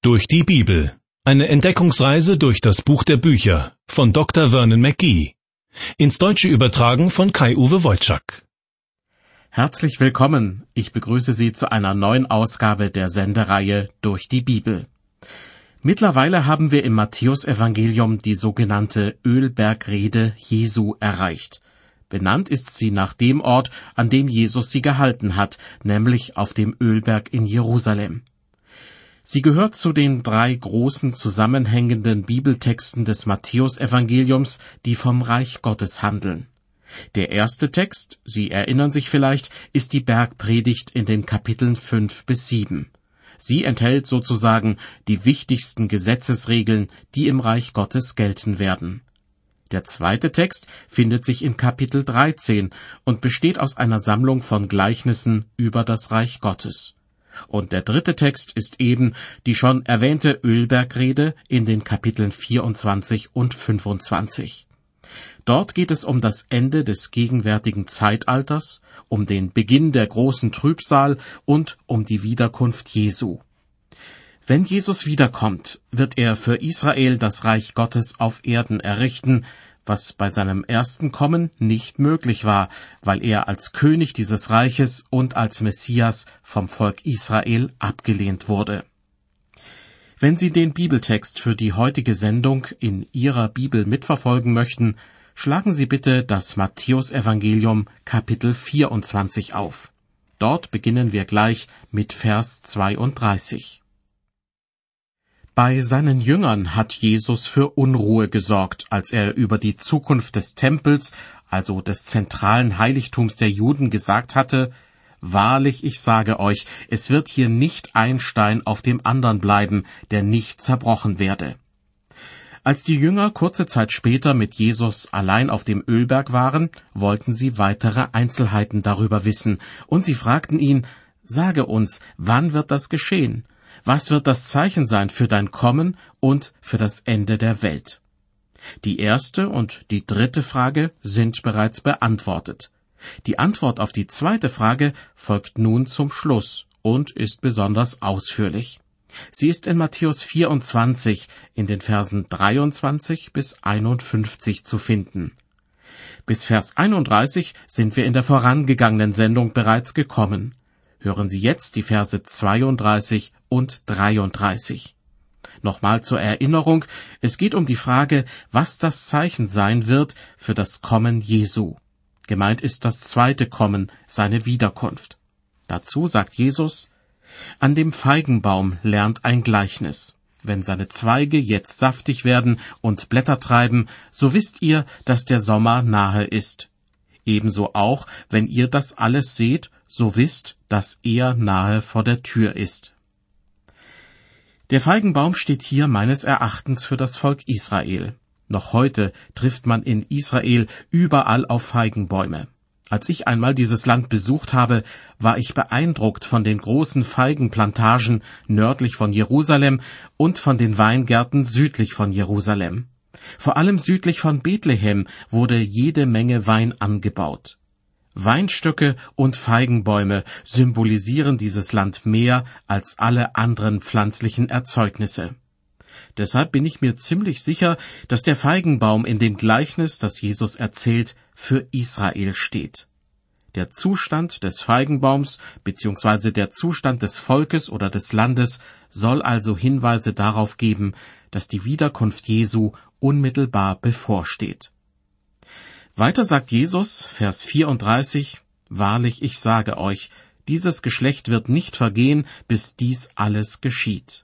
Durch die Bibel. Eine Entdeckungsreise durch das Buch der Bücher von Dr. Vernon McGee. Ins Deutsche übertragen von Kai-Uwe Wojczak. Herzlich willkommen. Ich begrüße Sie zu einer neuen Ausgabe der Sendereihe Durch die Bibel. Mittlerweile haben wir im Matthäusevangelium die sogenannte Ölbergrede Jesu erreicht. Benannt ist sie nach dem Ort, an dem Jesus sie gehalten hat, nämlich auf dem Ölberg in Jerusalem. Sie gehört zu den 3 großen zusammenhängenden Bibeltexten des Matthäusevangeliums, die vom Reich Gottes handeln. Der erste Text, Sie erinnern sich vielleicht, ist die Bergpredigt in den Kapiteln 5 bis 7. Sie enthält sozusagen die wichtigsten Gesetzesregeln, die im Reich Gottes gelten werden. Der zweite Text findet sich in Kapitel 13 und besteht aus einer Sammlung von Gleichnissen über das Reich Gottes. Und der dritte Text ist eben die schon erwähnte Ölbergrede in den Kapiteln 24 und 25. Dort geht es um das Ende des gegenwärtigen Zeitalters, um den Beginn der großen Trübsal und um die Wiederkunft Jesu. Wenn Jesus wiederkommt, wird er für Israel das Reich Gottes auf Erden errichten, was bei seinem ersten Kommen nicht möglich war, weil er als König dieses Reiches und als Messias vom Volk Israel abgelehnt wurde. Wenn Sie den Bibeltext für die heutige Sendung in Ihrer Bibel mitverfolgen möchten, schlagen Sie bitte das Matthäusevangelium Kapitel 24 auf. Dort beginnen wir gleich mit Vers 32. Bei seinen Jüngern hat Jesus für Unruhe gesorgt, als er über die Zukunft des Tempels, also des zentralen Heiligtums der Juden, gesagt hatte: Wahrlich, ich sage euch, es wird hier nicht ein Stein auf dem anderen bleiben, der nicht zerbrochen werde. Als die Jünger kurze Zeit später mit Jesus allein auf dem Ölberg waren, wollten sie weitere Einzelheiten darüber wissen, und sie fragten ihn: Sage uns, wann wird das geschehen? Was wird das Zeichen sein für dein Kommen und für das Ende der Welt? Die erste und die dritte Frage sind bereits beantwortet. Die Antwort auf die zweite Frage folgt nun zum Schluss und ist besonders ausführlich. Sie ist in Matthäus 24 in den Versen 23 bis 51 zu finden. Bis Vers 31 sind wir in der vorangegangenen Sendung bereits gekommen. Hören Sie jetzt die Verse 32 und 33. Nochmal zur Erinnerung, es geht um die Frage, was das Zeichen sein wird für das Kommen Jesu. Gemeint ist das zweite Kommen, seine Wiederkunft. Dazu sagt Jesus: An dem Feigenbaum lernt ein Gleichnis. Wenn seine Zweige jetzt saftig werden und Blätter treiben, so wisst ihr, dass der Sommer nahe ist. Ebenso auch, wenn ihr das alles seht, so wisst, dass er nahe vor der Tür ist. Der Feigenbaum steht hier meines Erachtens für das Volk Israel. Noch heute trifft man in Israel überall auf Feigenbäume. Als ich einmal dieses Land besucht habe, war ich beeindruckt von den großen Feigenplantagen nördlich von Jerusalem und von den Weingärten südlich von Jerusalem. Vor allem südlich von Bethlehem wurde jede Menge Wein angebaut. Weinstöcke und Feigenbäume symbolisieren dieses Land mehr als alle anderen pflanzlichen Erzeugnisse. Deshalb bin ich mir ziemlich sicher, dass der Feigenbaum in dem Gleichnis, das Jesus erzählt, für Israel steht. Der Zustand des Feigenbaums bzw. der Zustand des Volkes oder des Landes soll also Hinweise darauf geben, dass die Wiederkunft Jesu unmittelbar bevorsteht. Weiter sagt Jesus, Vers 34, Wahrlich, ich sage euch, dieses Geschlecht wird nicht vergehen, bis dies alles geschieht.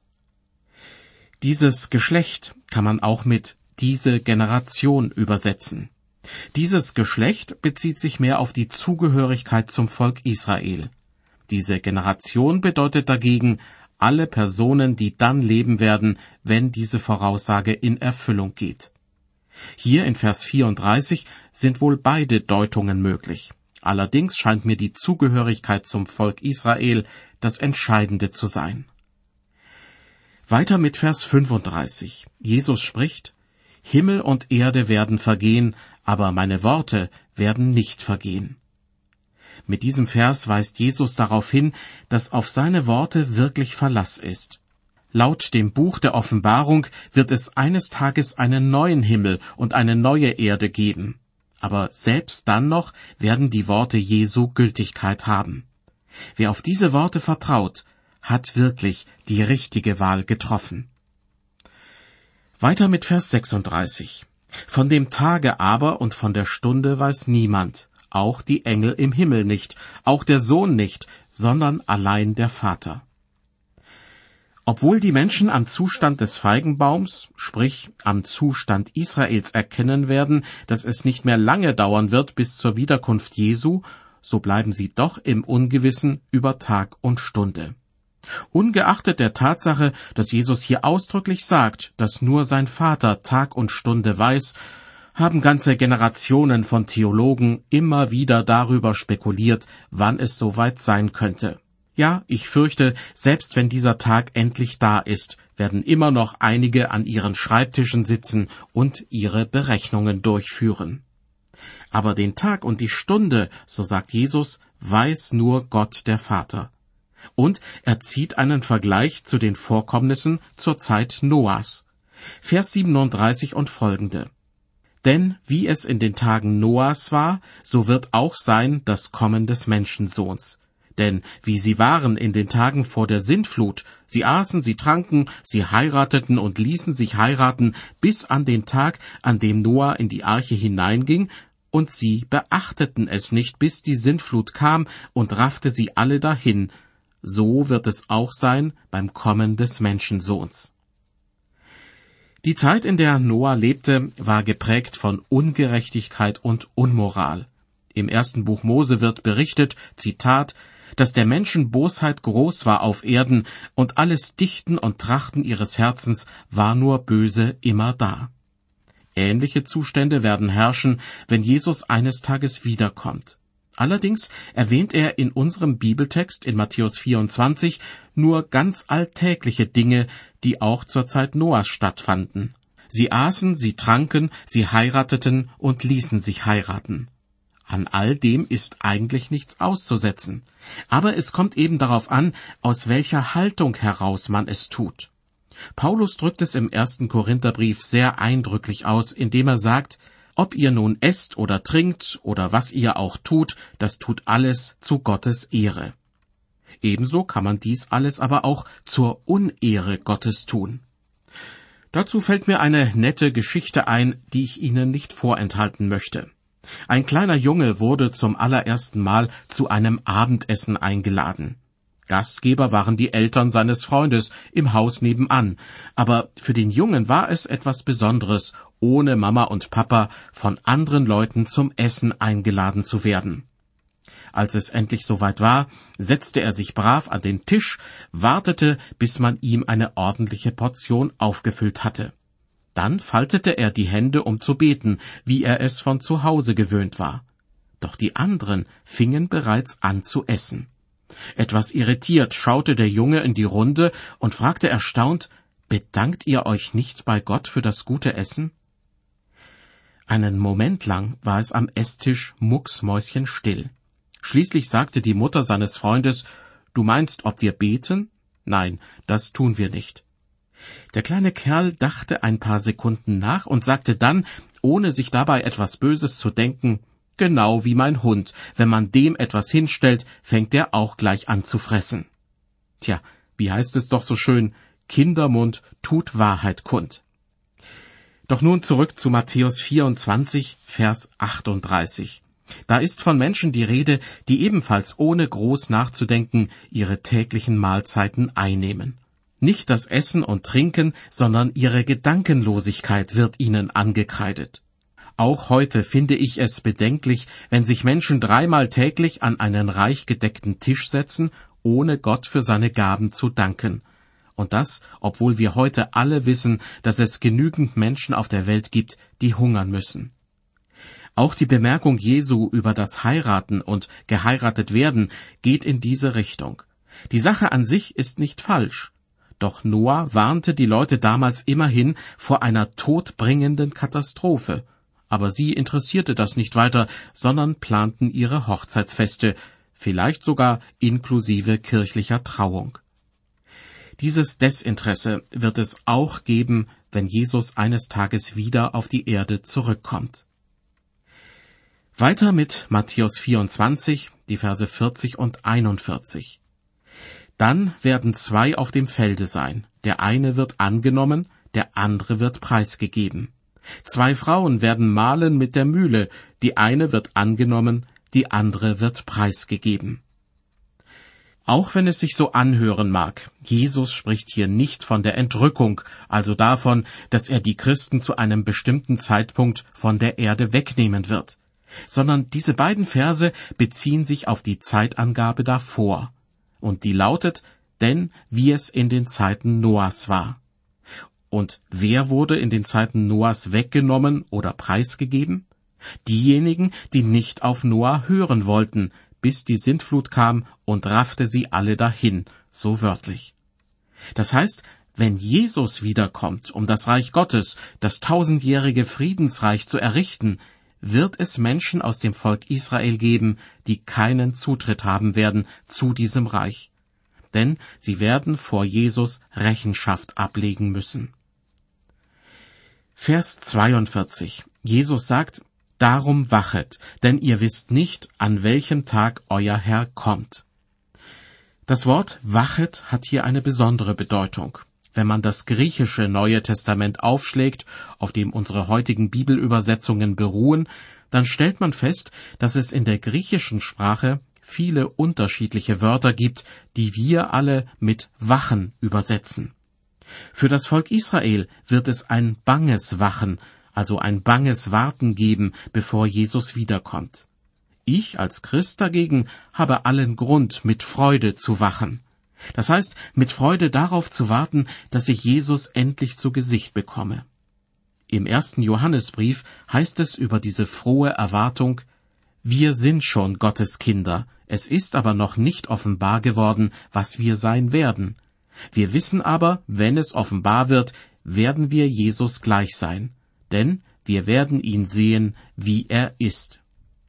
Dieses Geschlecht kann man auch mit diese Generation übersetzen. Dieses Geschlecht bezieht sich mehr auf die Zugehörigkeit zum Volk Israel. Diese Generation bedeutet dagegen alle Personen, die dann leben werden, wenn diese Voraussage in Erfüllung geht. Hier in Vers 34 sind wohl beide Deutungen möglich. Allerdings scheint mir die Zugehörigkeit zum Volk Israel das Entscheidende zu sein. Weiter mit Vers 35. Jesus spricht: Himmel und Erde werden vergehen, aber meine Worte werden nicht vergehen. Mit diesem Vers weist Jesus darauf hin, dass auf seine Worte wirklich Verlass ist. Laut dem Buch der Offenbarung wird es eines Tages einen neuen Himmel und eine neue Erde geben. Aber selbst dann noch werden die Worte Jesu Gültigkeit haben. Wer auf diese Worte vertraut, hat wirklich die richtige Wahl getroffen. Weiter mit Vers 36. Von dem Tage aber und von der Stunde weiß niemand, auch die Engel im Himmel nicht, auch der Sohn nicht, sondern allein der Vater. Obwohl die Menschen am Zustand des Feigenbaums, sprich am Zustand Israels erkennen werden, dass es nicht mehr lange dauern wird bis zur Wiederkunft Jesu, so bleiben sie doch im Ungewissen über Tag und Stunde. Ungeachtet der Tatsache, dass Jesus hier ausdrücklich sagt, dass nur sein Vater Tag und Stunde weiß, haben ganze Generationen von Theologen immer wieder darüber spekuliert, wann es soweit sein könnte. Ja, ich fürchte, selbst wenn dieser Tag endlich da ist, werden immer noch einige an ihren Schreibtischen sitzen und ihre Berechnungen durchführen. Aber den Tag und die Stunde, so sagt Jesus, weiß nur Gott der Vater. Und er zieht einen Vergleich zu den Vorkommnissen zur Zeit Noahs. Vers 37 und folgende. Denn wie es in den Tagen Noahs war, so wird auch sein das Kommen des Menschensohns. Denn wie sie waren in den Tagen vor der Sintflut, sie aßen, sie tranken, sie heirateten und ließen sich heiraten, bis an den Tag, an dem Noah in die Arche hineinging, und sie beachteten es nicht, bis die Sintflut kam und raffte sie alle dahin. So wird es auch sein beim Kommen des Menschensohns. Die Zeit, in der Noah lebte, war geprägt von Ungerechtigkeit und Unmoral. Im 1. Buch Mose wird berichtet, Zitat, dass der Menschen Bosheit groß war auf Erden und alles Dichten und Trachten ihres Herzens war nur böse immer da. Ähnliche Zustände werden herrschen, wenn Jesus eines Tages wiederkommt. Allerdings erwähnt er in unserem Bibeltext in Matthäus 24 nur ganz alltägliche Dinge, die auch zur Zeit Noahs stattfanden. Sie aßen, sie tranken, sie heirateten und ließen sich heiraten. An all dem ist eigentlich nichts auszusetzen. Aber es kommt eben darauf an, aus welcher Haltung heraus man es tut. Paulus drückt es im 1. Korintherbrief sehr eindrücklich aus, indem er sagt, ob ihr nun esst oder trinkt oder was ihr auch tut, das tut alles zu Gottes Ehre. Ebenso kann man dies alles aber auch zur Unehre Gottes tun. Dazu fällt mir eine nette Geschichte ein, die ich Ihnen nicht vorenthalten möchte. Ein kleiner Junge wurde zum allerersten Mal zu einem Abendessen eingeladen. Gastgeber waren die Eltern seines Freundes im Haus nebenan, aber für den Jungen war es etwas Besonderes, ohne Mama und Papa von anderen Leuten zum Essen eingeladen zu werden. Als es endlich soweit war, setzte er sich brav an den Tisch, wartete, bis man ihm eine ordentliche Portion aufgefüllt hatte. Dann faltete er die Hände, um zu beten, wie er es von zu Hause gewöhnt war. Doch die anderen fingen bereits an zu essen. Etwas irritiert schaute der Junge in die Runde und fragte erstaunt, »Bedankt ihr euch nicht bei Gott für das gute Essen?« Einen Moment lang war es am Esstisch mucksmäuschenstill. Schließlich sagte die Mutter seines Freundes, »Du meinst, ob wir beten?« »Nein, das tun wir nicht.« Der kleine Kerl dachte ein paar Sekunden nach und sagte dann, ohne sich dabei etwas Böses zu denken, »Genau wie mein Hund. Wenn man dem etwas hinstellt, fängt er auch gleich an zu fressen.« Tja, wie heißt es doch so schön, Kindermund tut Wahrheit kund. Doch nun zurück zu Matthäus 24, Vers 38. Da ist von Menschen die Rede, die ebenfalls ohne groß nachzudenken ihre täglichen Mahlzeiten einnehmen. Nicht das Essen und Trinken, sondern ihre Gedankenlosigkeit wird ihnen angekreidet. Auch heute finde ich es bedenklich, wenn sich Menschen 3-mal täglich an einen reich gedeckten Tisch setzen, ohne Gott für seine Gaben zu danken. Und das, obwohl wir heute alle wissen, dass es genügend Menschen auf der Welt gibt, die hungern müssen. Auch die Bemerkung Jesu über das Heiraten und geheiratet werden geht in diese Richtung. Die Sache an sich ist nicht falsch. Doch Noah warnte die Leute damals immerhin vor einer todbringenden Katastrophe. Aber sie interessierte das nicht weiter, sondern planten ihre Hochzeitsfeste, vielleicht sogar inklusive kirchlicher Trauung. Dieses Desinteresse wird es auch geben, wenn Jesus eines Tages wieder auf die Erde zurückkommt. Weiter mit Matthäus 24, die Verse 40 und 41. Dann werden 2 auf dem Felde sein, der eine wird angenommen, der andere wird preisgegeben. 2 Frauen werden mahlen mit der Mühle, die eine wird angenommen, die andere wird preisgegeben. Auch wenn es sich so anhören mag, Jesus spricht hier nicht von der Entrückung, also davon, dass er die Christen zu einem bestimmten Zeitpunkt von der Erde wegnehmen wird, sondern diese beiden Verse beziehen sich auf die Zeitangabe davor. Und die lautet, denn wie es in den Zeiten Noahs war. Und wer wurde in den Zeiten Noahs weggenommen oder preisgegeben? Diejenigen, die nicht auf Noah hören wollten, bis die Sintflut kam und raffte sie alle dahin, so wörtlich. Das heißt, wenn Jesus wiederkommt, um das Reich Gottes, das 1000-jährige Friedensreich zu errichten, wird es Menschen aus dem Volk Israel geben, die keinen Zutritt haben werden zu diesem Reich. Denn sie werden vor Jesus Rechenschaft ablegen müssen. Vers 42. Jesus sagt, darum wachet, denn ihr wisst nicht, an welchem Tag euer Herr kommt. Das Wort wachet hat hier eine besondere Bedeutung. Wenn man das griechische Neue Testament aufschlägt, auf dem unsere heutigen Bibelübersetzungen beruhen, dann stellt man fest, dass es in der griechischen Sprache viele unterschiedliche Wörter gibt, die wir alle mit wachen übersetzen. Für das Volk Israel wird es ein banges Wachen, also ein banges Warten geben, bevor Jesus wiederkommt. Ich als Christ dagegen habe allen Grund, mit Freude zu wachen. Das heißt, mit Freude darauf zu warten, dass ich Jesus endlich zu Gesicht bekomme. Im 1. Johannesbrief heißt es über diese frohe Erwartung, wir sind schon Gottes Kinder, es ist aber noch nicht offenbar geworden, was wir sein werden. Wir wissen aber, wenn es offenbar wird, werden wir Jesus gleich sein, denn wir werden ihn sehen, wie er ist.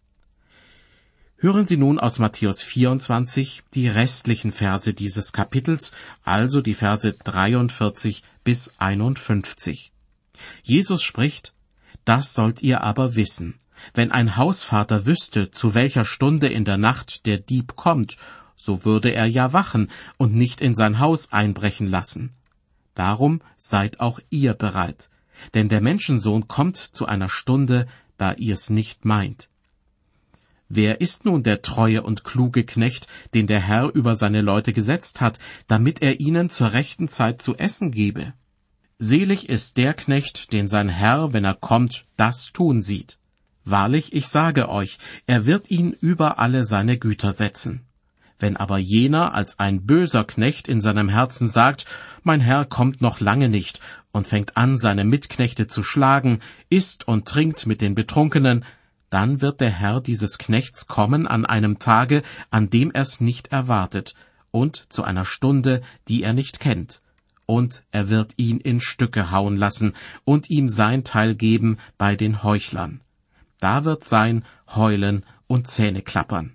Hören Sie nun aus Matthäus 24 die restlichen Verse dieses Kapitels, also die Verse 43 bis 51. Jesus spricht, das sollt ihr aber wissen. Wenn ein Hausvater wüsste, zu welcher Stunde in der Nacht der Dieb kommt, so würde er ja wachen und nicht in sein Haus einbrechen lassen. Darum seid auch ihr bereit, denn der Menschensohn kommt zu einer Stunde, da ihr's nicht meint. Wer ist nun der treue und kluge Knecht, den der Herr über seine Leute gesetzt hat, damit er ihnen zur rechten Zeit zu essen gebe? Selig ist der Knecht, den sein Herr, wenn er kommt, das tun sieht. Wahrlich, ich sage euch, er wird ihn über alle seine Güter setzen. Wenn aber jener als ein böser Knecht in seinem Herzen sagt, mein Herr kommt noch lange nicht, und fängt an, seine Mitknechte zu schlagen, isst und trinkt mit den Betrunkenen, dann wird der Herr dieses Knechts kommen an einem Tage, an dem er's nicht erwartet, und zu einer Stunde, die er nicht kennt. Und er wird ihn in Stücke hauen lassen und ihm sein Teil geben bei den Heuchlern. Da wird sein Heulen und Zähneklappern.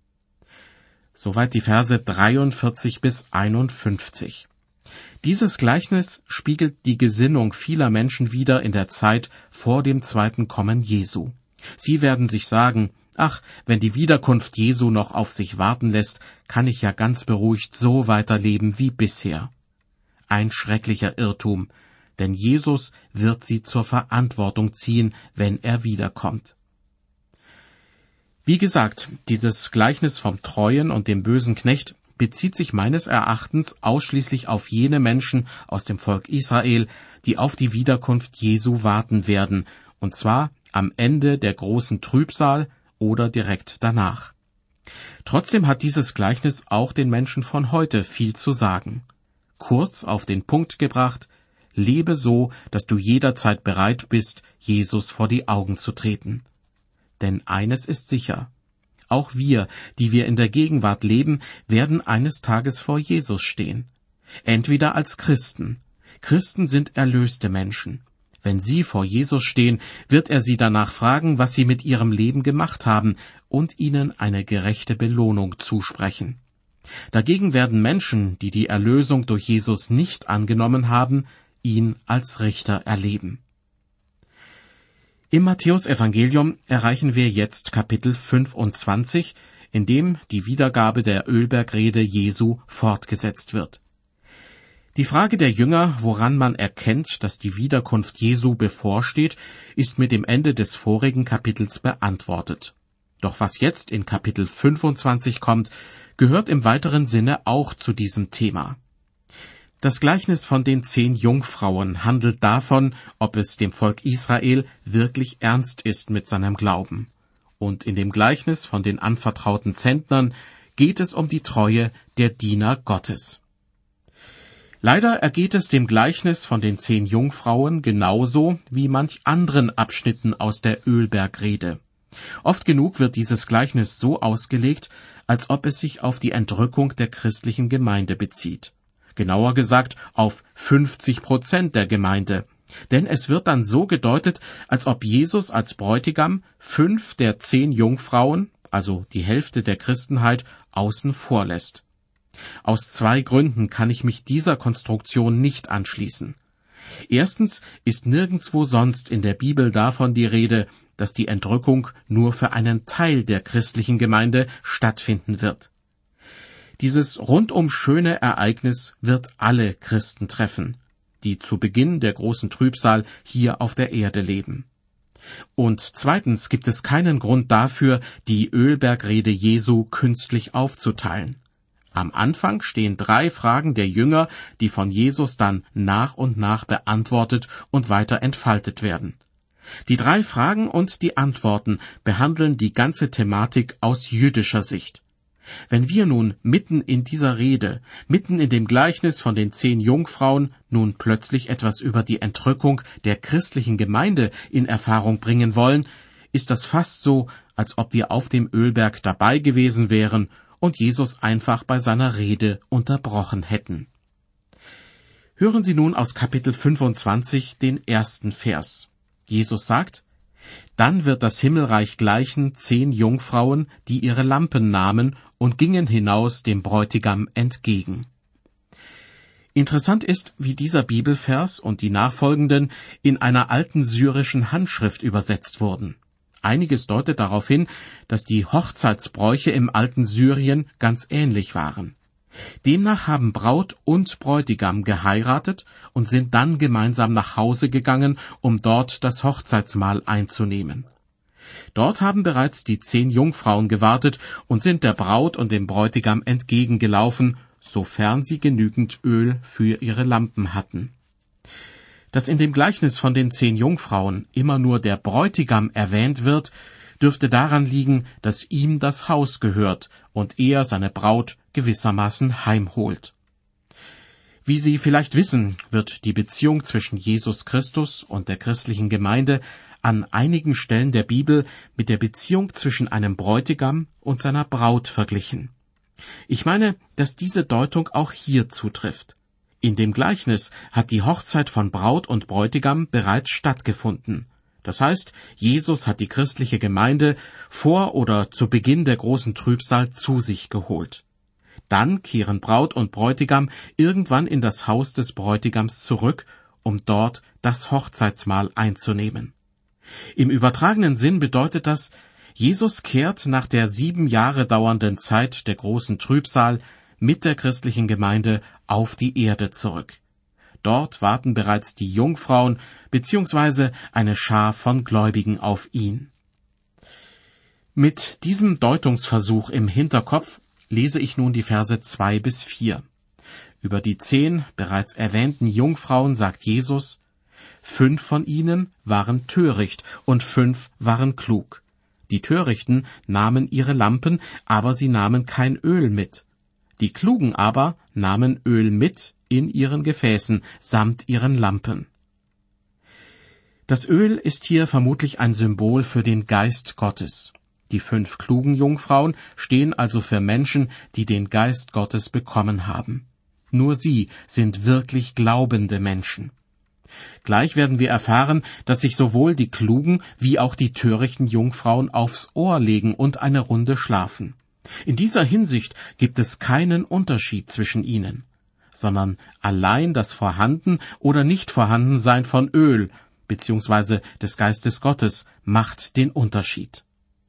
Soweit die Verse 43 bis 51. Dieses Gleichnis spiegelt die Gesinnung vieler Menschen wider in der Zeit vor dem zweiten Kommen Jesu. Sie werden sich sagen, ach, wenn die Wiederkunft Jesu noch auf sich warten lässt, kann ich ja ganz beruhigt so weiterleben wie bisher. Ein schrecklicher Irrtum, denn Jesus wird sie zur Verantwortung ziehen, wenn er wiederkommt. Wie gesagt, dieses Gleichnis vom treuen und dem bösen Knecht bezieht sich meines Erachtens ausschließlich auf jene Menschen aus dem Volk Israel, die auf die Wiederkunft Jesu warten werden, und zwar am Ende der großen Trübsal oder direkt danach. Trotzdem hat dieses Gleichnis auch den Menschen von heute viel zu sagen. Kurz auf den Punkt gebracht, lebe so, dass du jederzeit bereit bist, Jesus vor die Augen zu treten. Denn eines ist sicher, auch wir, die wir in der Gegenwart leben, werden eines Tages vor Jesus stehen. Entweder als Christen. Christen sind erlöste Menschen. Wenn sie vor Jesus stehen, wird er sie danach fragen, was sie mit ihrem Leben gemacht haben, und ihnen eine gerechte Belohnung zusprechen. Dagegen werden Menschen, die die Erlösung durch Jesus nicht angenommen haben, ihn als Richter erleben. Im Matthäusevangelium erreichen wir jetzt Kapitel 25, in dem die Wiedergabe der Ölbergrede Jesu fortgesetzt wird. Die Frage der Jünger, woran man erkennt, dass die Wiederkunft Jesu bevorsteht, ist mit dem Ende des vorigen Kapitels beantwortet. Doch was jetzt in Kapitel 25 kommt, gehört im weiteren Sinne auch zu diesem Thema. Das Gleichnis von den 10 Jungfrauen handelt davon, ob es dem Volk Israel wirklich ernst ist mit seinem Glauben. Und in dem Gleichnis von den anvertrauten Zentnern geht es um die Treue der Diener Gottes. Leider ergeht es dem Gleichnis von den 10 Jungfrauen genauso wie manch anderen Abschnitten aus der Ölbergrede. Oft genug wird dieses Gleichnis so ausgelegt, als ob es sich auf die Entrückung der christlichen Gemeinde bezieht. Genauer gesagt auf 50% der Gemeinde. Denn es wird dann so gedeutet, als ob Jesus als Bräutigam 5 der 10 Jungfrauen, also die Hälfte der Christenheit, außen vor lässt. Aus 2 Gründen kann ich mich dieser Konstruktion nicht anschließen. Erstens ist nirgendwo sonst in der Bibel davon die Rede, dass die Entrückung nur für einen Teil der christlichen Gemeinde stattfinden wird. Dieses rundum schöne Ereignis wird alle Christen treffen, die zu Beginn der großen Trübsal hier auf der Erde leben. Und zweitens gibt es keinen Grund dafür, die Ölbergrede Jesu künstlich aufzuteilen. Am Anfang stehen 3 Fragen der Jünger, die von Jesus dann nach und nach beantwortet und weiter entfaltet werden. Die 3 Fragen und die Antworten behandeln die ganze Thematik aus jüdischer Sicht. Wenn wir nun mitten in dieser Rede, mitten in dem Gleichnis von den 10 Jungfrauen, nun plötzlich etwas über die Entrückung der christlichen Gemeinde in Erfahrung bringen wollen, ist das fast so, als ob wir auf dem Ölberg dabei gewesen wären und Jesus einfach bei seiner Rede unterbrochen hätten. Hören Sie nun aus Kapitel 25 den ersten Vers. Jesus sagt: Dann wird das Himmelreich gleichen 10 Jungfrauen, die ihre Lampen nahmen und gingen hinaus dem Bräutigam entgegen. Interessant ist, wie dieser Bibelvers und die nachfolgenden in einer alten syrischen Handschrift übersetzt wurden. Einiges deutet darauf hin, dass die Hochzeitsbräuche im alten Syrien ganz ähnlich waren. Demnach haben Braut und Bräutigam geheiratet und sind dann gemeinsam nach Hause gegangen, um dort das Hochzeitsmahl einzunehmen. Dort haben bereits die 10 Jungfrauen gewartet und sind der Braut und dem Bräutigam entgegengelaufen, sofern sie genügend Öl für ihre Lampen hatten. Dass in dem Gleichnis von den 10 Jungfrauen immer nur der Bräutigam erwähnt wird, dürfte daran liegen, dass ihm das Haus gehört und er seine Braut gewissermaßen heimholt. Wie Sie vielleicht wissen, wird die Beziehung zwischen Jesus Christus und der christlichen Gemeinde an einigen Stellen der Bibel mit der Beziehung zwischen einem Bräutigam und seiner Braut verglichen. Ich meine, dass diese Deutung auch hier zutrifft. In dem Gleichnis hat die Hochzeit von Braut und Bräutigam bereits stattgefunden. Das heißt, Jesus hat die christliche Gemeinde vor oder zu Beginn der großen Trübsal zu sich geholt. Dann kehren Braut und Bräutigam irgendwann in das Haus des Bräutigams zurück, um dort das Hochzeitsmahl einzunehmen. Im übertragenen Sinn bedeutet das, Jesus kehrt nach der 7 Jahre dauernden Zeit der großen Trübsal mit der christlichen Gemeinde auf die Erde zurück. Dort warten bereits die Jungfrauen bzw. eine Schar von Gläubigen auf ihn. Mit diesem Deutungsversuch im Hinterkopf lese ich nun die Verse 2 bis 4. Über die 10 bereits erwähnten Jungfrauen sagt Jesus: 5 von ihnen waren töricht und 5 waren klug. Die Törichten nahmen ihre Lampen, aber sie nahmen kein Öl mit. Die Klugen aber nahmen Öl mit in ihren Gefäßen samt ihren Lampen. Das Öl ist hier vermutlich ein Symbol für den Geist Gottes. Die 5 klugen Jungfrauen stehen also für Menschen, die den Geist Gottes bekommen haben. Nur sie sind wirklich glaubende Menschen. Gleich werden wir erfahren, dass sich sowohl die klugen wie auch die törichten Jungfrauen aufs Ohr legen und eine Runde schlafen. In dieser Hinsicht gibt es keinen Unterschied zwischen ihnen, sondern allein das Vorhanden- oder Nichtvorhandensein von Öl bzw. des Geistes Gottes macht den Unterschied.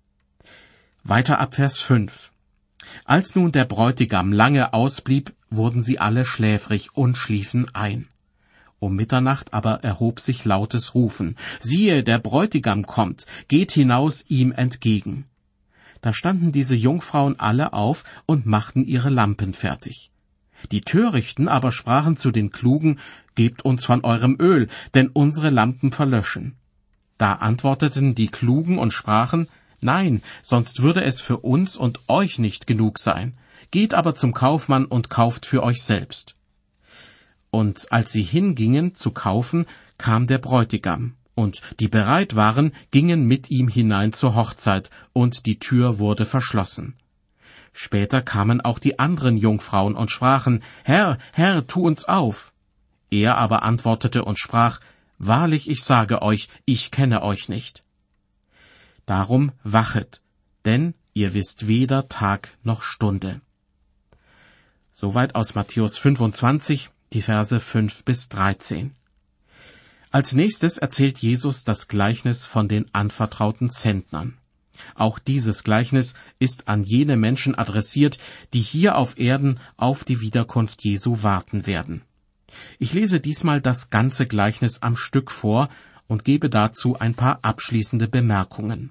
Weiter ab Vers 5. Als nun der Bräutigam lange ausblieb, wurden sie alle schläfrig und schliefen ein. Um Mitternacht aber erhob sich lautes Rufen. Siehe, der Bräutigam kommt, geht hinaus ihm entgegen. Da standen diese Jungfrauen alle auf und machten ihre Lampen fertig. Die Törichten aber sprachen zu den Klugen, gebt uns von eurem Öl, denn unsere Lampen verlöschen. Da antworteten die Klugen und sprachen, nein, sonst würde es für uns und euch nicht genug sein. Geht aber zum Kaufmann und kauft für euch selbst. Und als sie hingingen zu kaufen, kam der Bräutigam, und die bereit waren, gingen mit ihm hinein zur Hochzeit, und die Tür wurde verschlossen. Später kamen auch die anderen Jungfrauen und sprachen, Herr, Herr, tu uns auf. Er aber antwortete und sprach, wahrlich, ich sage euch, ich kenne euch nicht. Darum wachet, denn ihr wisst weder Tag noch Stunde. Soweit aus Matthäus 25, die Verse 5 bis 13. Als nächstes erzählt Jesus das Gleichnis von den anvertrauten Zentnern. Auch dieses Gleichnis ist an jene Menschen adressiert, die hier auf Erden auf die Wiederkunft Jesu warten werden. Ich lese diesmal das ganze Gleichnis am Stück vor und gebe dazu ein paar abschließende Bemerkungen.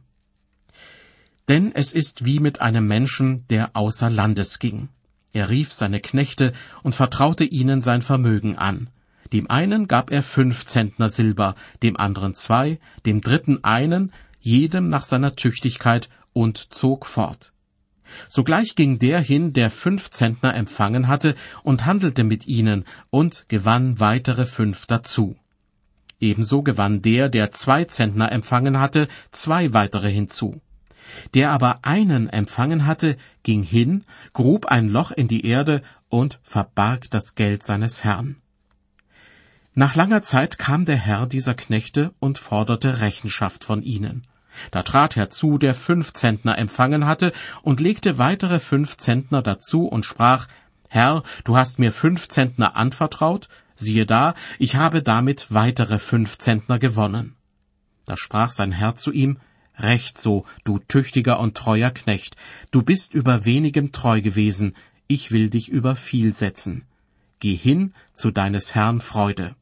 Denn es ist wie mit einem Menschen, der außer Landes ging. Er rief seine Knechte und vertraute ihnen sein Vermögen an. Dem einen gab er 5 Zentner Silber, dem anderen 2, dem dritten 1, jedem nach seiner Tüchtigkeit, und zog fort. Sogleich ging der hin, der 5 Zentner empfangen hatte, und handelte mit ihnen und gewann weitere 5 dazu. Ebenso gewann der 2 Zentner empfangen hatte, 2 weitere hinzu. Der aber 1 empfangen hatte, ging hin, grub ein Loch in die Erde und verbarg das Geld seines Herrn. Nach langer Zeit kam der Herr dieser Knechte und forderte Rechenschaft von ihnen. Da trat herzu, der 5 Zentner empfangen hatte, und legte weitere 5 Zentner dazu und sprach, Herr, du hast mir 5 Zentner anvertraut, siehe da, ich habe damit weitere 5 Zentner gewonnen. Da sprach sein Herr zu ihm, Recht so, du tüchtiger und treuer Knecht, du bist über wenigem treu gewesen, ich will dich über viel setzen. Geh hin zu deines Herrn Freude.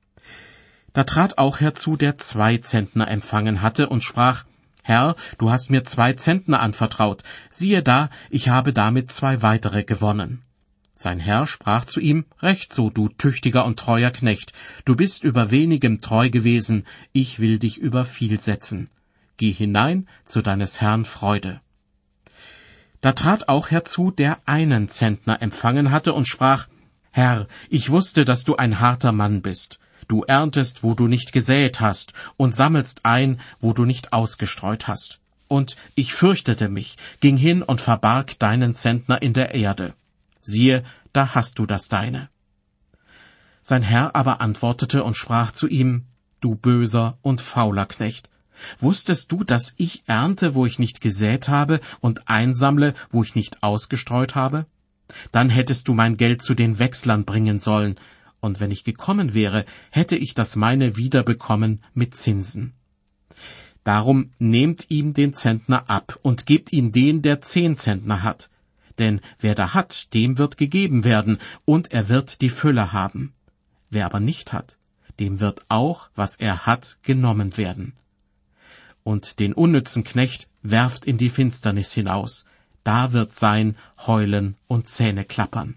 Da trat auch herzu, der 2 Zentner empfangen hatte, und sprach, Herr, du hast mir 2 Zentner anvertraut, siehe da, ich habe damit 2 weitere gewonnen. Sein Herr sprach zu ihm, Recht so, du tüchtiger und treuer Knecht, du bist über wenigem treu gewesen, ich will dich über viel setzen. Geh hinein zu deines Herrn Freude. Da trat auch herzu, der 1 Zentner empfangen hatte, und sprach, Herr, ich wusste, dass du ein harter Mann bist. Du erntest, wo du nicht gesät hast, und sammelst ein, wo du nicht ausgestreut hast. Und ich fürchtete mich, ging hin und verbarg deinen Zentner in der Erde. Siehe, da hast du das deine. Sein Herr aber antwortete und sprach zu ihm, Du böser und fauler Knecht, wusstest du, dass ich ernte, wo ich nicht gesät habe, und einsammle, wo ich nicht ausgestreut habe? Dann hättest du mein Geld zu den Wechslern bringen sollen, und wenn ich gekommen wäre, hätte ich das meine wiederbekommen mit Zinsen. Darum nehmt ihm den Zentner ab und gebt ihn den, der 10 Zentner hat. Denn wer da hat, dem wird gegeben werden, und er wird die Fülle haben. Wer aber nicht hat, dem wird auch, was er hat, genommen werden. Und den unnützen Knecht werft in die Finsternis hinaus. Da wird sein Heulen und Zähneklappern.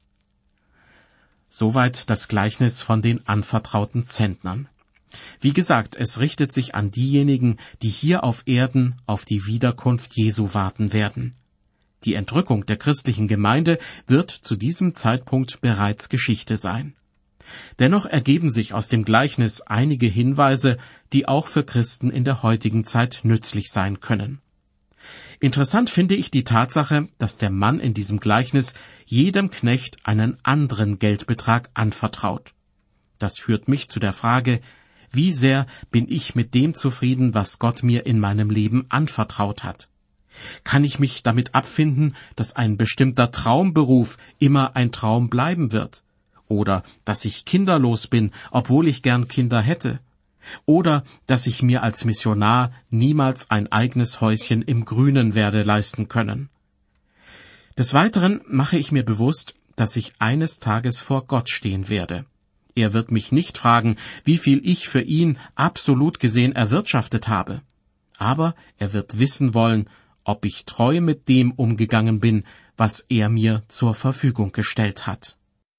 Soweit das Gleichnis von den anvertrauten Zentnern. Wie gesagt, es richtet sich an diejenigen, die hier auf Erden auf die Wiederkunft Jesu warten werden. Die Entrückung der christlichen Gemeinde wird zu diesem Zeitpunkt bereits Geschichte sein. Dennoch ergeben sich aus dem Gleichnis einige Hinweise, die auch für Christen in der heutigen Zeit nützlich sein können. Interessant finde ich die Tatsache, dass der Mann in diesem Gleichnis jedem Knecht einen anderen Geldbetrag anvertraut. Das führt mich zu der Frage, wie sehr bin ich mit dem zufrieden, was Gott mir in meinem Leben anvertraut hat? Kann ich mich damit abfinden, dass ein bestimmter Traumberuf immer ein Traum bleiben wird? Oder dass ich kinderlos bin, obwohl ich gern Kinder hätte? Oder dass ich mir als Missionar niemals ein eigenes Häuschen im Grünen werde leisten können? Des Weiteren mache ich mir bewusst, dass ich eines Tages vor Gott stehen werde. Er wird mich nicht fragen, wie viel ich für ihn absolut gesehen erwirtschaftet habe. Aber er wird wissen wollen, ob ich treu mit dem umgegangen bin, was er mir zur Verfügung gestellt hat.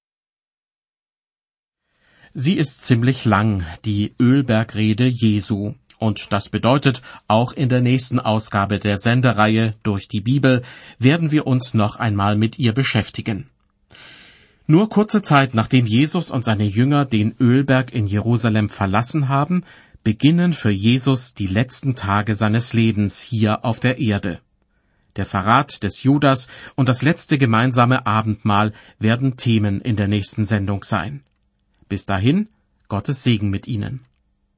Sie ist ziemlich lang, die Ölbergrede Jesu. Und das bedeutet, auch in der nächsten Ausgabe der Sendereihe Durch die Bibel werden wir uns noch einmal mit ihr beschäftigen. Nur kurze Zeit nachdem Jesus und seine Jünger den Ölberg in Jerusalem verlassen haben, beginnen für Jesus die letzten Tage seines Lebens hier auf der Erde. Der Verrat des Judas und das letzte gemeinsame Abendmahl werden Themen in der nächsten Sendung sein. Bis dahin, Gottes Segen mit Ihnen.